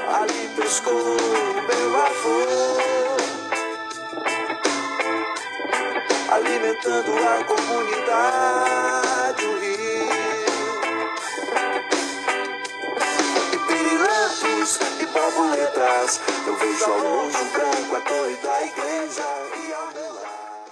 ali pescou meu avô, alimentando a comunidade, o rio. E pirilampos e borboletas, eu vejo ao longe o branco, a torre da igreja e ao meu lado.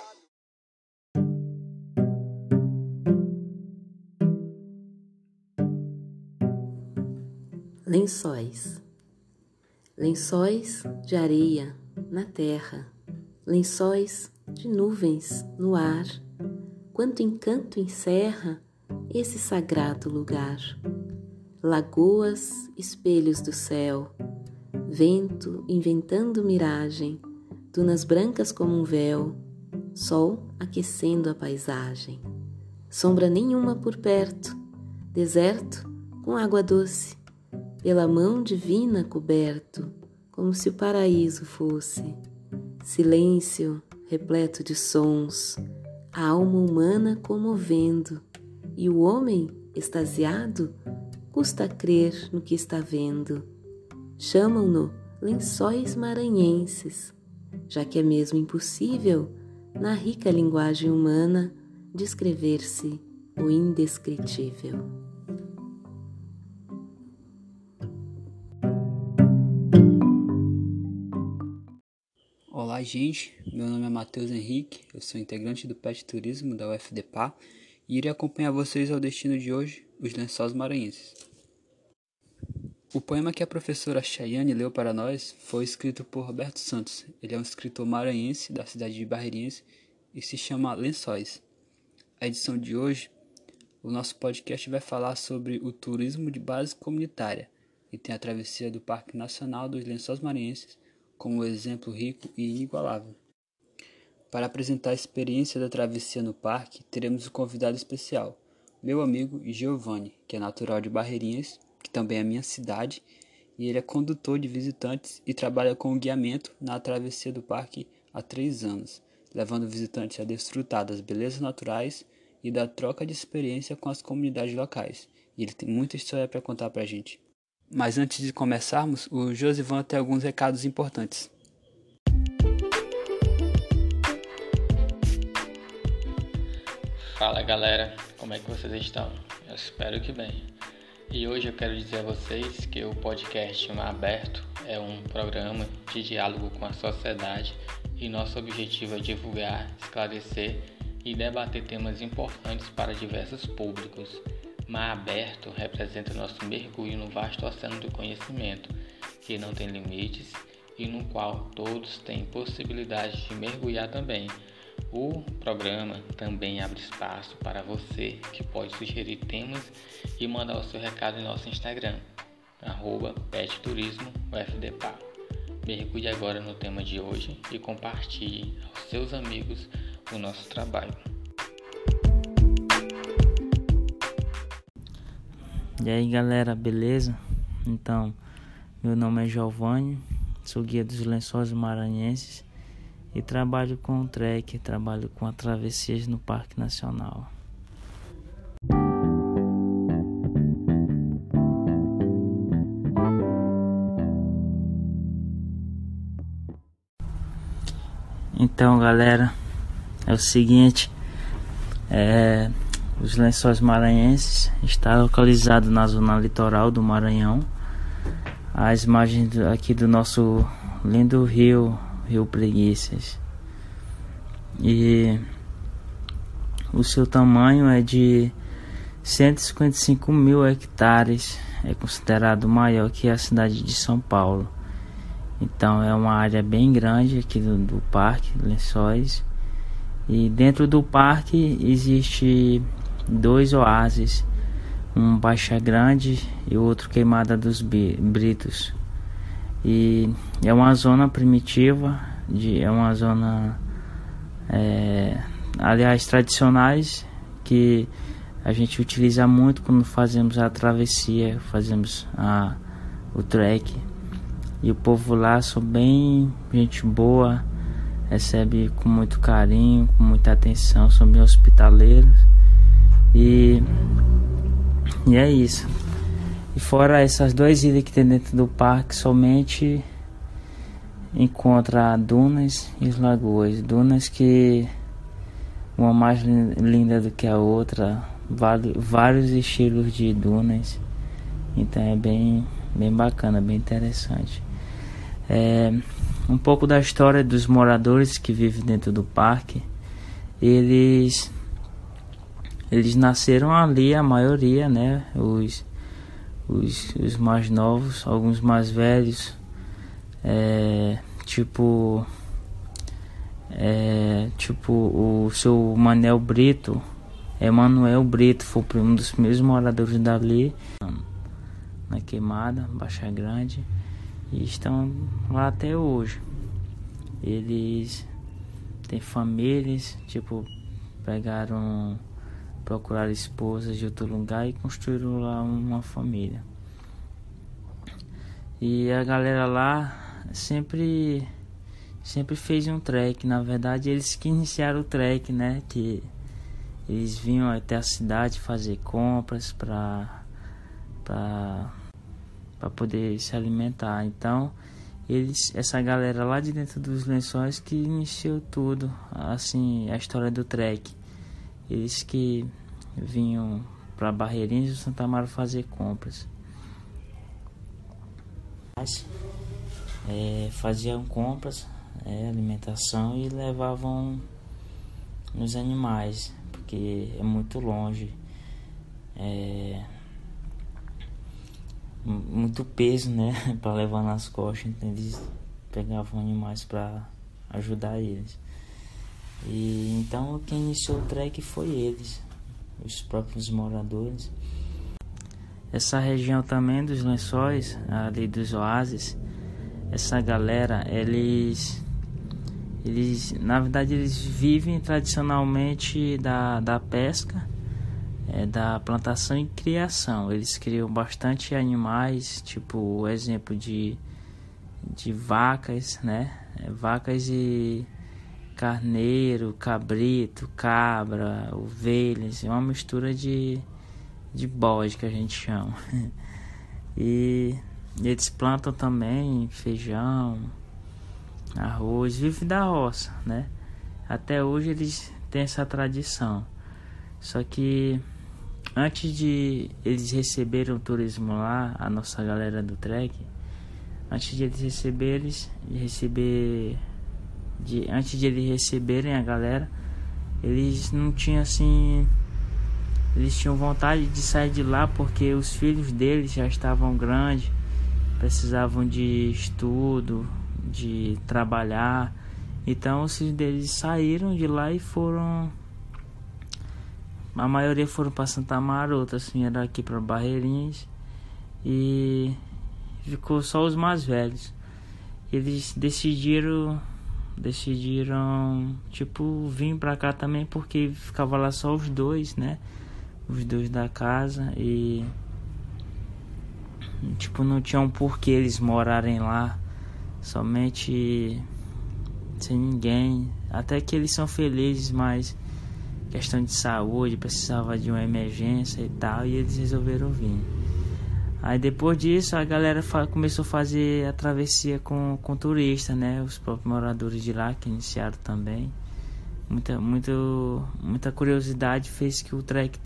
Lençóis. Lençóis de areia na terra, lençóis de nuvens no ar. Quanto encanto encerra esse sagrado lugar. Lagoas, espelhos do céu, vento inventando miragem, dunas brancas como um véu, sol aquecendo a paisagem. Sombra nenhuma por perto, deserto com água doce, pela mão divina coberto, como se o paraíso fosse. Silêncio repleto de sons, a alma humana comovendo, e o homem, extasiado, custa crer no que está vendo. Chamam-no lençóis maranhenses, já que é mesmo impossível, na rica linguagem humana, descrever-se o indescritível. Olá, gente. Meu nome é Matheus Henrique, eu sou integrante do PET Turismo da UFDPA e irei acompanhar vocês ao destino de hoje, os Lençóis Maranhenses. O poema que a professora Chayane leu para nós foi escrito por Roberto Santos. Ele é um escritor maranhense da cidade de Barreirinhas e se chama Lençóis. A edição de hoje, o nosso podcast vai falar sobre o turismo de base comunitária e tem a travessia do Parque Nacional dos Lençóis Maranhenses como exemplo rico e inigualável. Para apresentar a experiência da travessia no parque, teremos um convidado especial, meu amigo Giovanni, que é natural de Barreirinhas, que também é minha cidade, e ele é condutor de visitantes e trabalha com guiamento na travessia do parque há 3 anos, levando visitantes a desfrutar das belezas naturais e da troca de experiência com as comunidades locais. E ele tem muita história para contar para a gente. Mas antes de começarmos, o Josivan tem alguns recados importantes. Fala galera, como é que vocês estão? Eu espero que bem. E hoje eu quero dizer a vocês que o podcast Mar Aberto é um programa de diálogo com a sociedade e nosso objetivo é divulgar, esclarecer e debater temas importantes para diversos públicos. Mar Aberto representa nosso mergulho no vasto oceano do conhecimento, que não tem limites e no qual todos têm possibilidade de mergulhar também. O programa também abre espaço para você que pode sugerir temas e mandar o seu recado em nosso Instagram, @petturismoufdpa. Mergulhe agora no tema de hoje e compartilhe aos seus amigos o nosso trabalho. E aí galera, beleza? Então, meu nome é Giovanni, sou guia dos Lençóis Maranhenses e trabalho com o trek, trabalho com travessias no Parque Nacional. Então galera, é o seguinte, os Lençóis Maranhenses está localizado na zona litoral do Maranhão, às margens aqui do nosso lindo Rio Preguiças. E o seu tamanho é de 155 mil hectares, é considerado maior que a cidade de São Paulo. Então é uma área bem grande aqui do Parque Lençóis. E dentro do parque existe 2 oásis, um Baixa Grande e outro Queimada dos Britos. E é uma zona primitiva, é uma zona, aliás, tradicionais, que a gente utiliza muito quando fazemos a travessia, fazemos o trek. E o povo lá são bem gente boa, recebe com muito carinho, com muita atenção, são bem hospitaleiros. E é isso. E fora essas 2 ilhas que tem dentro do parque, somente encontra dunas e lagoas. Dunas que uma mais linda do que a outra, vários estilos de dunas. Então é bem bacana, bem interessante. Um pouco da história dos moradores que vivem dentro do parque. Eles nasceram ali, a maioria, né? Os mais novos, alguns mais velhos, tipo o seu Manuel Brito, Emanuel Brito, foi um dos primeiros moradores dali, na Queimada, Baixa Grande, e estão lá até hoje. Eles têm famílias, tipo, procuraram esposas de outro lugar e construíram lá uma família. E a galera lá sempre fez um trek. Na verdade, eles que iniciaram o trek, né? Que eles vinham até a cidade fazer compras para poder se alimentar. Então, essa galera lá de dentro dos Lençóis que iniciou tudo, assim, a história do trek. Eles que vinham para Barreirinhas do Santa Amaro fazer compras. Faziam compras, alimentação, e levavam nos animais, porque é muito longe, muito peso, né, para levar nas costas. Então eles pegavam animais para ajudar eles. E então quem iniciou o trek foi eles, os próprios moradores. Essa região também dos Lençóis, ali dos oásis, essa galera, eles na verdade eles vivem tradicionalmente da pesca, da plantação e criação. Eles criam bastante animais, tipo o exemplo de vacas, né? Vacas e carneiro, cabrito, cabra, ovelhas, é uma mistura de bode que a gente chama. E eles plantam também feijão, arroz, vivem da roça, né? Até hoje eles têm essa tradição. Só que antes de eles receberem o turismo lá, a nossa galera do trek, antes de eles receberem a galera, eles não tinham assim, eles tinham vontade de sair de lá porque os filhos deles já estavam grandes, precisavam de estudo, de trabalhar. Então os filhos deles saíram de lá e foram, a maioria foram para Santa Amaro, outras vieram aqui para Barreirinhas, e ficou só os mais velhos. Eles decidiram tipo vir para cá também, porque ficava lá só os dois, né? Os dois da casa, e tipo não tinha um porquê eles morarem lá somente sem ninguém. Até que eles são felizes, mas questão de saúde, precisava de uma emergência e tal, e eles resolveram vir. Aí depois disso a galera começou a fazer a travessia com turista, né? Os próprios moradores de lá que iniciaram também. Muita curiosidade fez que o trek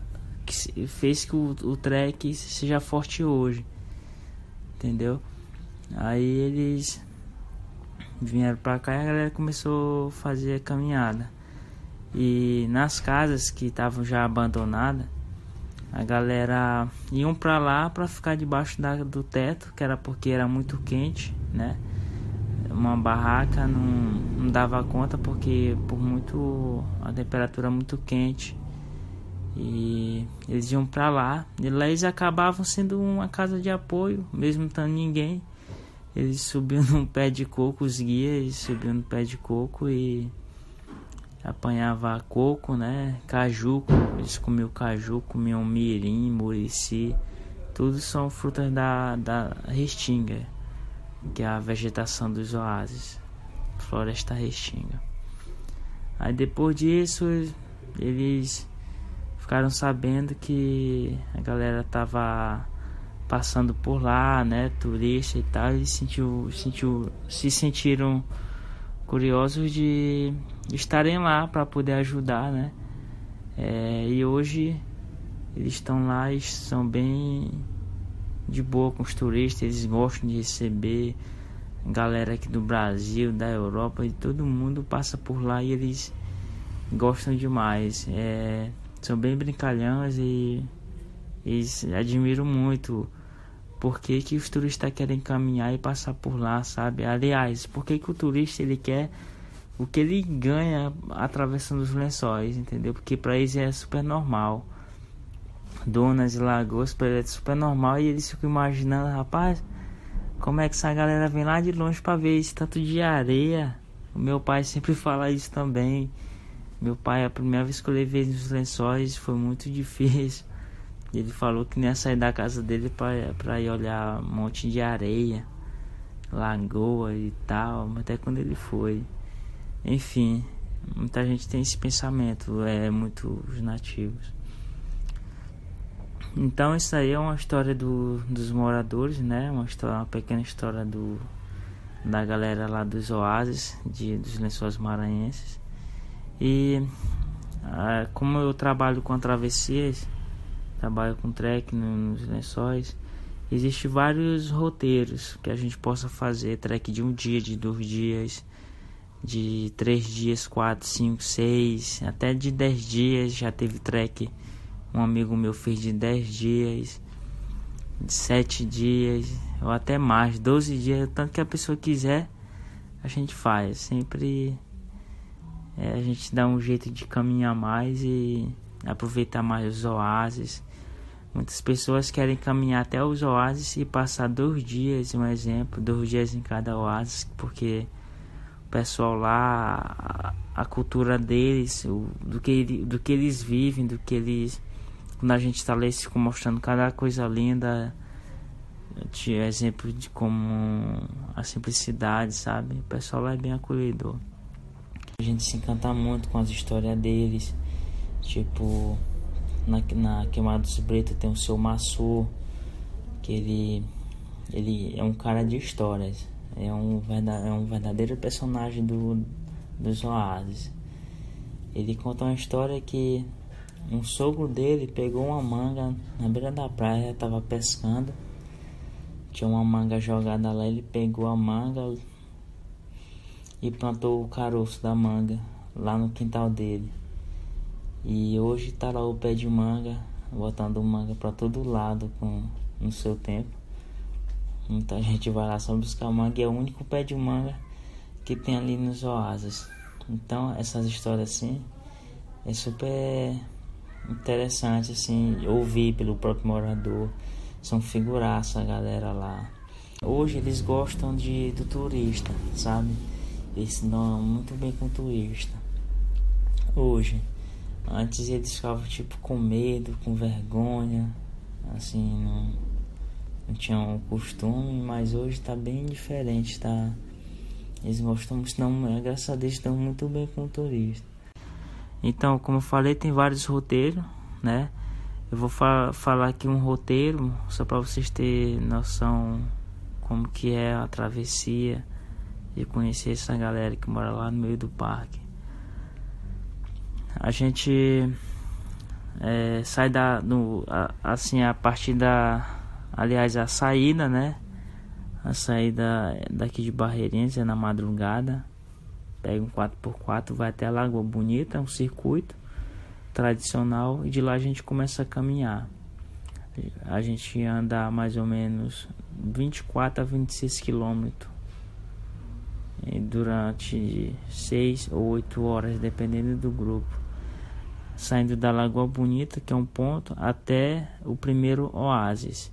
o trek seja forte hoje, entendeu? Aí eles vieram pra cá e a galera começou a fazer a caminhada. E nas casas que estavam já abandonadas, a galera iam pra lá pra ficar debaixo do teto, que era porque era muito quente, né? Uma barraca não dava conta porque a temperatura é muito quente, e eles iam pra lá, e lá eles acabavam sendo uma casa de apoio, mesmo não tendo ninguém. Eles subiam num pé de coco, os guias subiam no pé de coco e apanhava coco, né? Caju, eles comiam caju, comiam mirim, murici, tudo são frutas da restinga, que é a vegetação dos oásis, floresta restinga. Aí depois disso eles ficaram sabendo que a galera tava passando por lá, né, turista e tal, eles se sentiram curiosos de estarem lá para poder ajudar, né? E hoje eles estão lá e são bem de boa com os turistas, eles gostam de receber galera aqui do Brasil, da Europa, e todo mundo passa por lá e eles gostam demais. São bem brincalhões e eles admiram muito porque que os turistas querem caminhar e passar por lá, sabe? Aliás, porque que o turista ele quer o que ele ganha atravessando os lençóis, entendeu? Porque para eles é super normal. Dunas e lagoas para eles é super normal e eles ficam imaginando, rapaz, como é que essa galera vem lá de longe para ver esse tanto de areia? O meu pai sempre fala isso também. Meu pai, a primeira vez que eu levei nos lençóis foi muito difícil. Ele falou que nem ia sair da casa dele para ir olhar um monte de areia, lagoa e tal, até quando ele foi. Enfim, muita gente tem esse pensamento, muito os nativos. Então isso aí é uma história dos moradores, né? Uma pequena história da galera lá dos oásis, dos Lençóis Maranhenses. E como eu trabalho com travessias, trabalho com trek nos lençóis, existem vários roteiros que a gente possa fazer, trek de 1 dia, de 2 dias, de 3 dias, 4, 5, 6, até de 10 dias. Já teve trek, um amigo meu fez de 10 dias, de 7 dias, ou até mais, 12 dias, tanto que a pessoa quiser, a gente faz. Sempre a gente dá um jeito de caminhar mais e aproveitar mais os oásis. Muitas pessoas querem caminhar até os oásis e passar 2 dias, um exemplo, 2 dias em cada oásis, porque o pessoal lá, a cultura deles, do que eles vivem, quando a gente está lá, eles ficam mostrando cada coisa linda, exemplo de como a simplicidade, sabe? O pessoal lá é bem acolhedor. A gente se encanta muito com as histórias deles, tipo, na Queimada dos Bretos tem o seu Maçô, que ele é um cara de histórias, é um verdadeiro personagem dos oásis. Ele conta uma história que um sogro dele pegou uma manga na beira da praia, estava pescando, tinha uma manga jogada lá, ele pegou a manga e plantou o caroço da manga lá no quintal dele. E hoje tá lá o pé de manga, botando manga para todo lado no seu tempo. Muita gente vai lá só buscar manga e é o único pé de manga que tem ali nos oásis. Então essas histórias assim é super interessante assim, ouvir pelo próprio morador. São figuraça a galera lá. Hoje eles gostam do turista, sabe? Eles se dão muito bem com o turista. Hoje. Antes eles ficavam tipo com medo, com vergonha, assim, não tinham costume, mas hoje tá bem diferente, tá? Eles gostam, graças a Deus, estão muito bem com o turista. Então, como eu falei, tem vários roteiros, né? Eu vou falar aqui um roteiro, só para vocês terem noção como que é a travessia e conhecer essa galera que mora lá no meio do parque. A gente sai a partir a saída, né? A saída daqui de Barreirense é na madrugada. Pega um 4x4, vai até a Lagoa Bonita, um circuito tradicional, e de lá a gente começa a caminhar. A gente anda mais ou menos 24 a 26 quilômetros durante 6 ou 8 horas, dependendo do grupo, saindo da Lagoa Bonita, que é um ponto, até o primeiro oásis.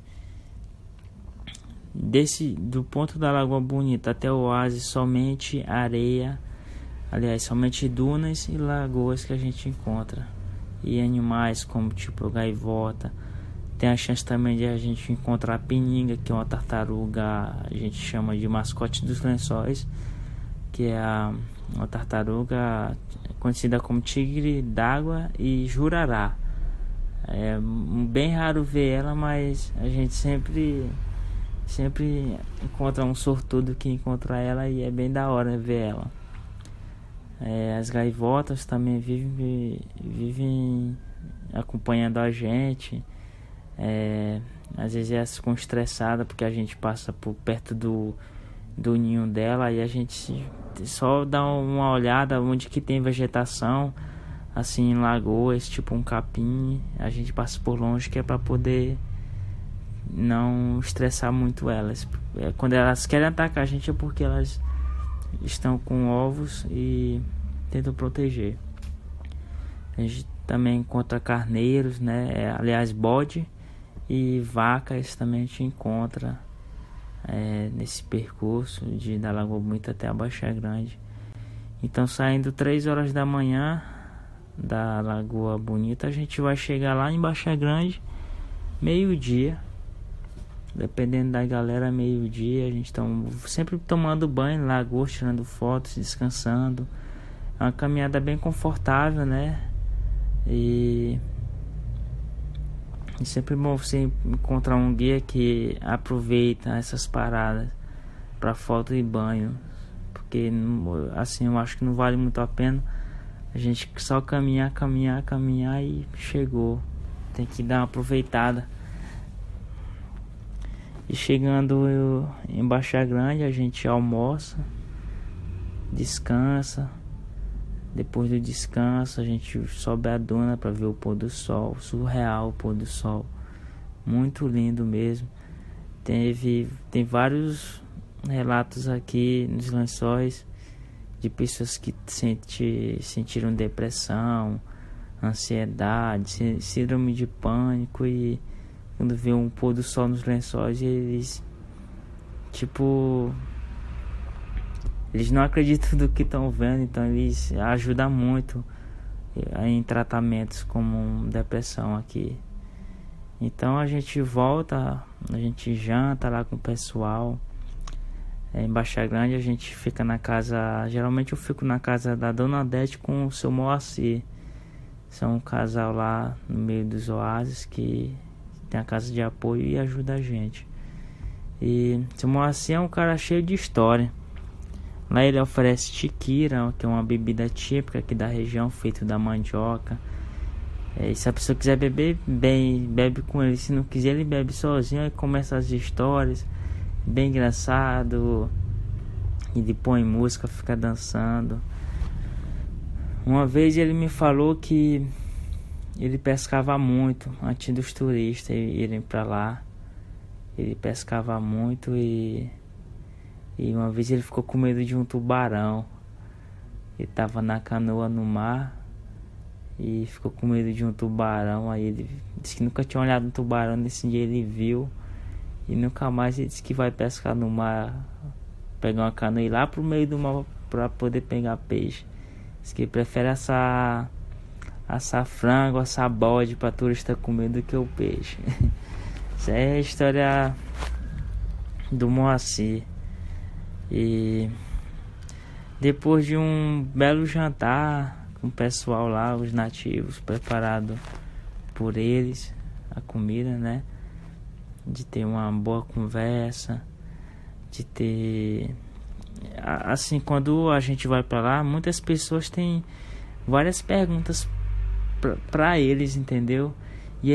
Do ponto da Lagoa Bonita até o oásis, somente areia, aliás, somente dunas e lagoas que a gente encontra, e animais como tipo gaivota. Tem a chance também de a gente encontrar a peninga, que é uma tartaruga, a gente chama de mascote dos lençóis, que é uma tartaruga conhecida como tigre d'água e jurará. É bem raro ver ela, mas a gente sempre encontra um sortudo que encontra ela e é bem da hora ver ela. As gaivotas também vivem acompanhando a gente. Às vezes elas ficam estressadas porque a gente passa por perto do ninho dela e a gente só dá uma olhada onde que tem vegetação, assim, em lagoas, tipo um capim, a gente passa por longe, que é para poder não estressar muito elas. Quando elas querem atacar a gente é porque elas estão com ovos e tentam proteger. A gente também encontra carneiros, né? Aliás, bode e vacas também a gente encontra nesse percurso da Lagoa Bonita até a Baixa Grande. Então, saindo 3 horas da manhã da Lagoa Bonita, a gente vai chegar lá em Baixa Grande meio-dia. Dependendo da galera, meio-dia. A gente está sempre tomando banho na lagoa, tirando fotos, descansando. É uma caminhada bem confortável, né? E sempre bom você encontrar um guia que aproveita essas paradas para foto e banho, porque assim eu acho que não vale muito a pena a gente só caminhar e chegou. Tem que dar uma aproveitada. E chegando em Baixa Grande, a gente almoça, descansa. Depois do descanso, a gente sobe a duna para ver o pôr do sol. Surreal o pôr do sol. Muito lindo mesmo. Tem vários relatos aqui nos Lençóis de pessoas que sentiram depressão, ansiedade, síndrome de pânico, e quando vê um pôr do sol nos Lençóis, eles não acreditam do que estão vendo, então eles ajudam muito em tratamentos como depressão aqui. Então a gente volta, a gente janta lá com o pessoal. Em Baixa Grande a gente fica na casa, geralmente eu fico na casa da Dona Odete com o seu Moacir. São um casal lá no meio dos oásis que tem a casa de apoio e ajuda a gente. E o seu Moacir é um cara cheio de história. Lá ele oferece tiquira, que é uma bebida típica aqui da região, feita da mandioca. E se a pessoa quiser beber, bebe com ele. Se não quiser, ele bebe sozinho. Aí começa as histórias, bem engraçado. Ele põe música, fica dançando. Uma vez ele me falou que ele pescava muito antes dos turistas irem para lá. Ele pescava muito e uma vez ele ficou com medo de um tubarão. Ele estava na canoa no mar e ficou com medo de um tubarão. Aí ele disse que nunca tinha olhado um tubarão. Nesse dia ele viu e nunca mais. Ele disse que vai pescar no mar, pegar uma canoa e ir lá pro meio do mar para poder pegar peixe. Diz que ele prefere assar frango, assar bode para turista comer do que o peixe. Essa é a história do Moacir. E depois de um belo jantar com o pessoal lá, os nativos, preparado por eles, a comida, né? De ter uma boa conversa, de ter... Assim, quando a gente vai para lá, muitas pessoas têm várias perguntas para eles, entendeu? E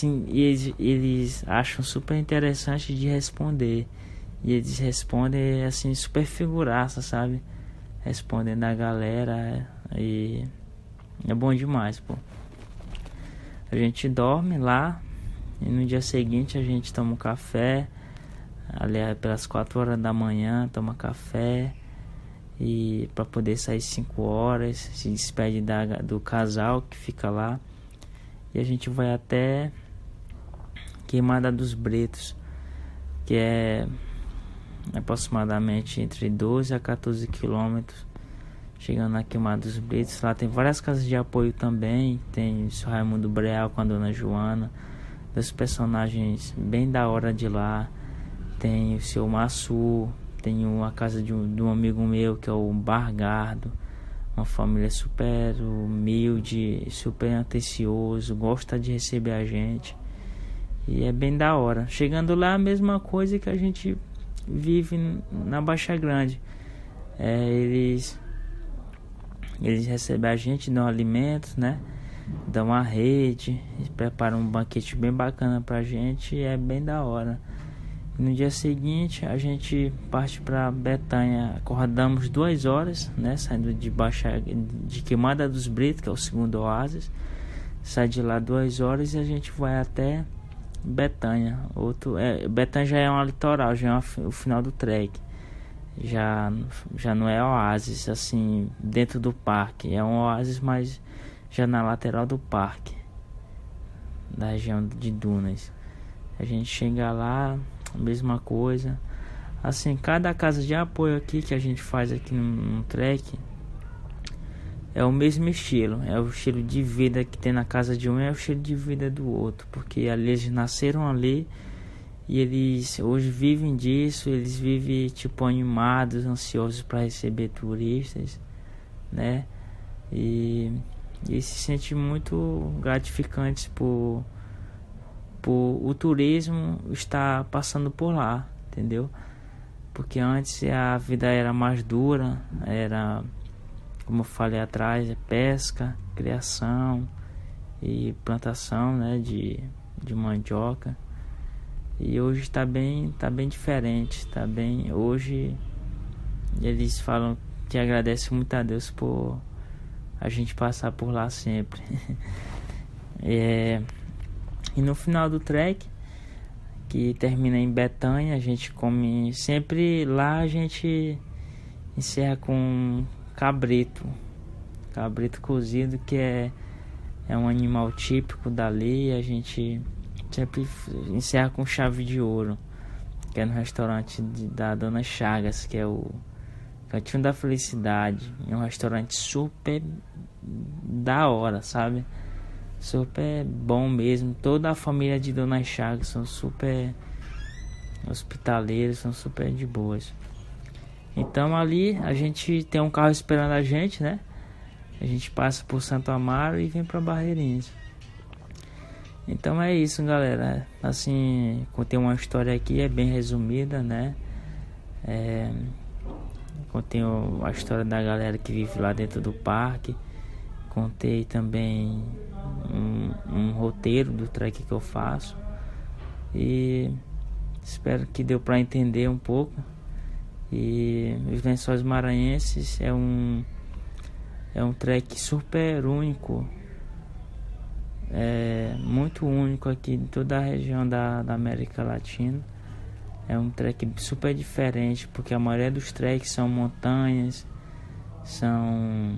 eles acham super interessante de responder. E eles respondem assim, super figuraça, sabe? Respondem da galera. E é bom demais, pô. A gente dorme lá e no dia seguinte a gente toma um café. Aliás, pelas 4 horas da manhã, toma café. E para poder sair 5 horas, se despede do casal que fica lá. E a gente vai até Queimada dos Bretos, que é aproximadamente entre 12 a 14 quilômetros. Chegando na Queimada dos Bretos, lá tem várias casas de apoio também. Tem o seu Raimundo Breal com a Dona Joana, dois personagens bem da hora de lá. Tem o seu Massu, tem a casa de um amigo meu que é o Bargardo. uma família super humilde, super atencioso, gosta de receber a gente. E é bem da hora. Chegando lá, a mesma coisa que a gente vive na Baixa Grande. Eles recebem a gente, dão alimentos, né? Dão uma rede, preparam um banquete bem bacana pra gente e é bem da hora. No dia seguinte a gente parte para Betânia, acordamos 2 horas, né? Saindo de Queimada dos Britos, que é o segundo oásis. Sai de lá 2 horas e a gente vai até Betânia. Betânia já é uma litoral, já é o final do trek. Já não é oásis assim dentro do parque, é um oásis, mas já na lateral do parque, da região de dunas. A gente chega lá, mesma coisa. Assim, cada casa de apoio aqui que a gente faz aqui no trek é o mesmo estilo. É o estilo de vida que tem na casa de um, é o estilo de vida do outro. Porque ali eles nasceram ali e eles hoje vivem disso. Eles vivem tipo animados, ansiosos para receber turistas, né? E se sente muito gratificante por o turismo estar passando por lá, entendeu? Porque antes a vida era mais dura, era, como eu falei atrás, pesca, criação e plantação, né, de mandioca. E hoje está bem diferente, hoje eles falam que agradecem muito a Deus por a gente passar por lá sempre. E no final do trek, que termina em Betânia, a gente come sempre lá. A gente encerra com cabrito cozido, que é um animal típico dali. A gente sempre encerra com chave de ouro, que é no restaurante da Dona Chagas, que é o Cantinho da Felicidade. É um restaurante super da hora, sabe? Super bom mesmo. Toda a família de Dona Chagas são super hospitaleiros, são super de boas. Então ali a gente tem um carro esperando a gente, né? A gente passa por Santo Amaro e vem para Barreirinhas. Então é isso, galera. Assim, contei uma história aqui, é bem resumida, né? Contei a história da galera que vive lá dentro do parque. Contei também um roteiro do trek que eu faço. E espero que deu para entender um pouco. E os Lençóis Maranhenses é um trek super único. Muito único aqui em toda a região da América Latina. É um trek super diferente, porque a maioria dos treks são montanhas, são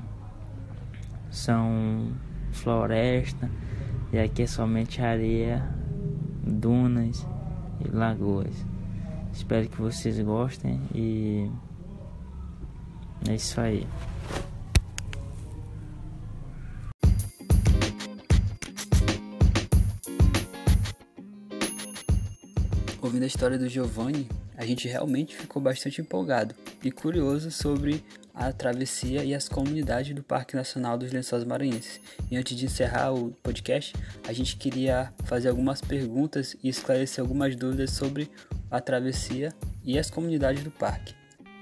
floresta, e aqui é somente areia, dunas e lagoas. Espero que vocês gostem e é isso aí. Ouvindo a história do Giovanni, a gente realmente ficou bastante empolgado e curioso sobre a travessia e as comunidades do Parque Nacional dos Lençóis Maranhenses. E antes de encerrar o podcast, a gente queria fazer algumas perguntas e esclarecer algumas dúvidas sobre a travessia e as comunidades do parque.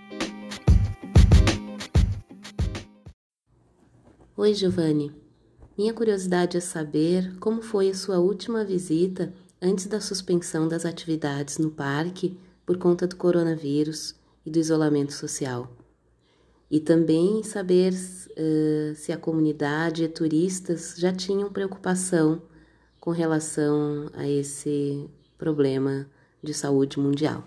Oi, Giovanni. Minha curiosidade é saber como foi a sua última visita antes da suspensão das atividades no parque por conta do coronavírus e do isolamento social. E também saber se a comunidade e turistas já tinham preocupação com relação a esse problema de saúde mundial.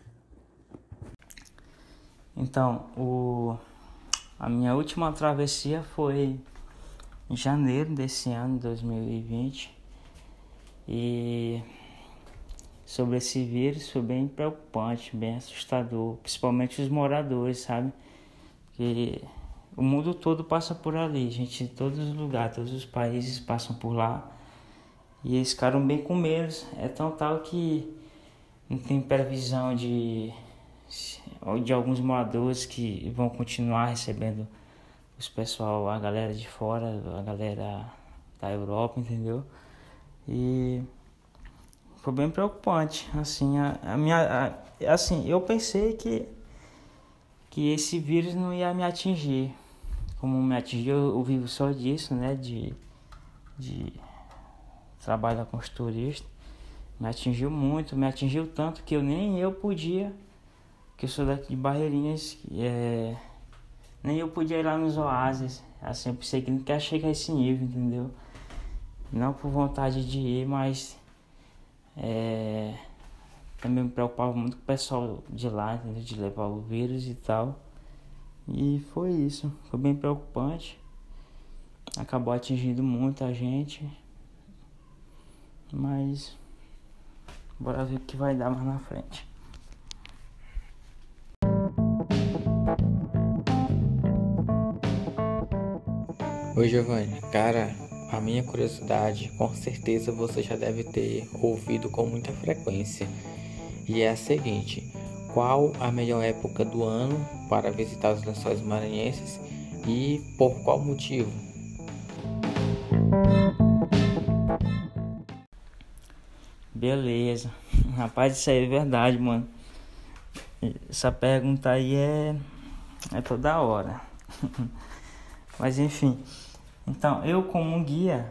Então, a minha última travessia foi em janeiro desse ano, 2020. E sobre esse vírus foi bem preocupante, bem assustador, principalmente os moradores, sabe? Porque o mundo todo passa por ali, gente, todos os lugares, todos os países passam por lá. E eles ficaram bem com medo. É tão tal que não tem previsão de alguns moradores que vão continuar recebendo o os pessoal, a galera de fora, a galera da Europa, entendeu? E foi bem preocupante, assim, assim, eu pensei que esse vírus não ia me atingir, como me atingiu. Eu vivo só disso, né, de trabalhar com os turistas. Me atingiu muito, me atingiu tanto que nem eu podia, que eu sou daqui de Barreirinhas, nem eu podia ir lá nos oásis. Assim, eu pensei que não quer chegar a esse nível, entendeu? Não por vontade de ir, mas também me preocupava muito com o pessoal de lá, entendeu? De levar o vírus e tal. E foi isso, foi bem preocupante. Acabou atingindo muita gente, mas bora ver o que vai dar mais na frente. Oi, Giovanni. Cara, a minha curiosidade, com certeza você já deve ter ouvido com muita frequência. E é a seguinte: qual a melhor época do ano para visitar os Lençóis Maranhenses e por qual motivo? Beleza. Rapaz, isso aí é verdade, mano. Essa pergunta aí é toda hora. Mas enfim. Então, eu como guia,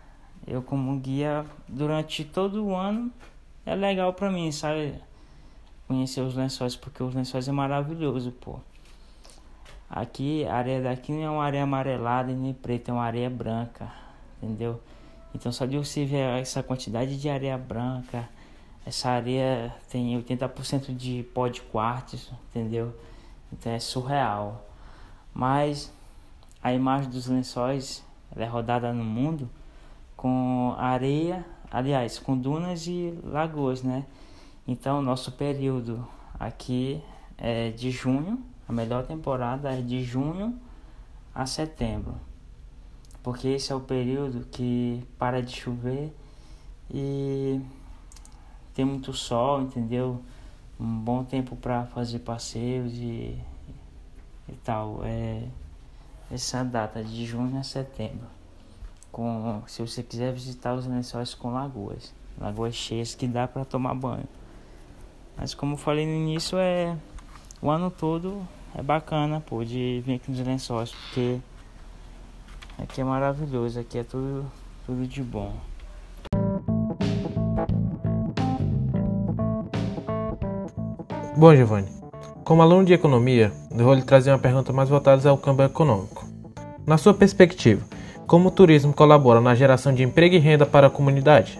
durante todo o ano é legal pra mim, sabe? Conhecer os Lençóis, porque os Lençóis é maravilhoso, pô. Aqui, a areia daqui não é uma areia amarelada e nem preta, é uma areia branca, entendeu? Então, só de você ver essa quantidade de areia branca, essa areia tem 80% de pó de quartzo, entendeu? Então, é surreal. Mas a imagem dos Lençóis, ela é rodada no mundo com areia, aliás, com dunas e lagoas, né? Então, nosso período aqui é de junho, a melhor temporada é de junho a setembro, porque esse é o período que para de chover e tem muito sol, entendeu? Um bom tempo para fazer passeios e tal. Essa data de junho a setembro, se você quiser visitar os Lençóis com lagoas cheias que dá para tomar banho. Mas como eu falei no início, o ano todo é bacana, pô, de vir aqui nos Lençóis, porque aqui é maravilhoso, aqui é tudo de bom. Bom, Giovanni, como aluno de economia, eu vou lhe trazer uma pergunta mais voltada ao câmbio econômico. Na sua perspectiva, como o turismo colabora na geração de emprego e renda para a comunidade?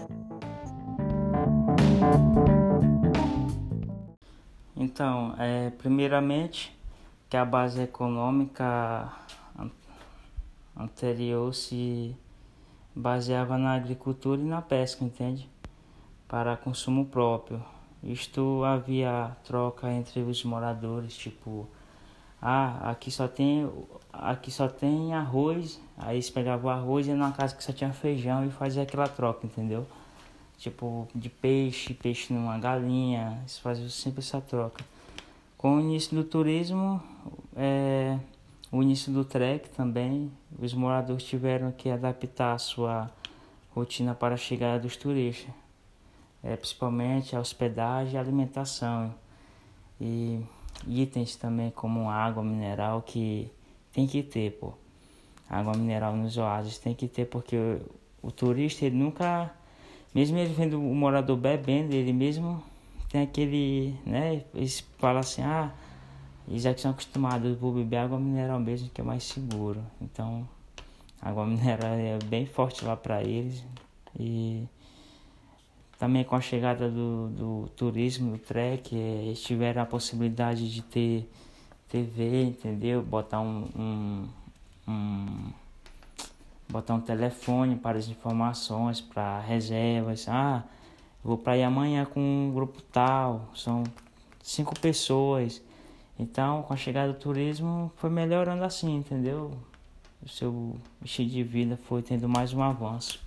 Então, primeiramente, que a base econômica anterior se baseava na agricultura e na pesca, entende? Para consumo próprio. Isto havia troca entre os moradores, tipo, aqui só tem arroz, aí eles pegavam o arroz e ia numa casa que só tinha feijão e fazia aquela troca, entendeu? Tipo, de peixe numa galinha, eles faziam sempre essa troca. Com o início do turismo, o início do trek também, os moradores tiveram que adaptar a sua rotina para a chegada dos turistas. Principalmente a hospedagem e a alimentação. E itens também como água mineral que tem que ter, pô. Água mineral nos oásis tem que ter, porque o turista, ele nunca, mesmo ele vendo o morador bebendo, ele mesmo tem aquele, né, eles falam assim, eles já são acostumados, vou beber água mineral mesmo, que é mais seguro. Então, a água mineral é bem forte lá para eles. E também com a chegada do turismo, do trek, eles tiveram a possibilidade de ter TV, entendeu? Botar botar um telefone para as informações, para reservas. Vou para ir amanhã com um grupo tal, são 5 pessoas. Então, com a chegada do turismo, foi melhorando assim, entendeu? O seu estilo de vida foi tendo mais um avanço.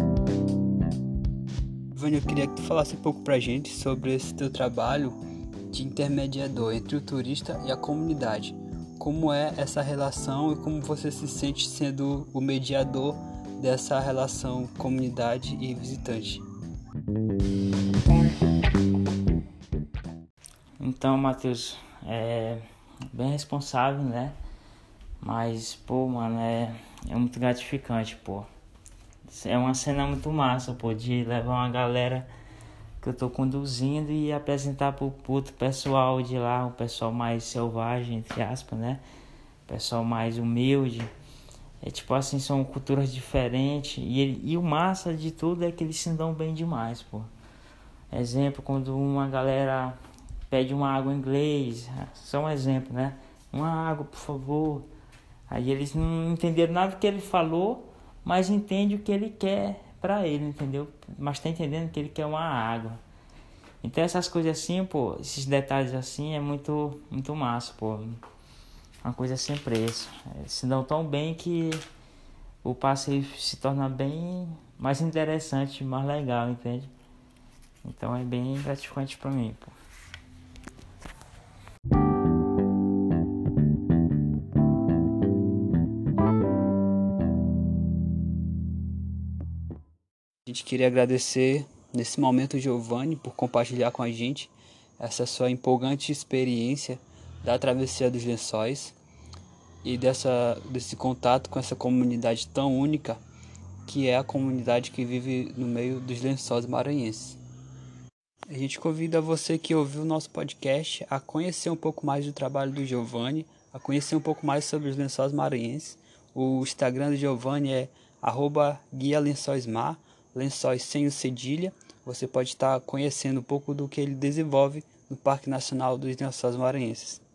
Giovanni, eu queria que tu falasse um pouco pra gente sobre esse teu trabalho de intermediador entre o turista e a comunidade. Como é essa relação e como você se sente sendo o mediador dessa relação comunidade e visitante? Então, Matheus, é bem responsável, né? Mas, pô, mano, é muito gratificante, pô. É uma cena muito massa, pô, de levar uma galera que eu tô conduzindo e apresentar pro outro pessoal de lá, o pessoal mais selvagem, entre aspas, né? O pessoal mais humilde. É tipo assim, são culturas diferentes e o massa de tudo é que eles se dão bem demais, pô. Exemplo, quando uma galera pede uma água em inglês, só um exemplo, né? Uma água, por favor. Aí eles não entenderam nada do que ele falou, mas entende o que ele quer pra ele, entendeu? Mas tá entendendo que ele quer uma água. Então essas coisas assim, pô, esses detalhes assim é muito massa, pô. Uma coisa sem preço. Se dão tão bem que o passeio se torna bem mais interessante, mais legal, entende? Então é bem gratificante pra mim, pô. A gente queria agradecer nesse momento o Giovanni por compartilhar com a gente essa sua empolgante experiência da travessia dos Lençóis e desse contato com essa comunidade tão única que é a comunidade que vive no meio dos Lençóis maranhenses. A gente convida você que ouviu o nosso podcast a conhecer um pouco mais do trabalho do Giovanni, a conhecer um pouco mais sobre os Lençóis maranhenses. O Instagram do Giovanni é @guialençóismar, lençóis sem o cedilha. Você pode estar conhecendo um pouco do que ele desenvolve no Parque Nacional dos Lençóis Maranhenses.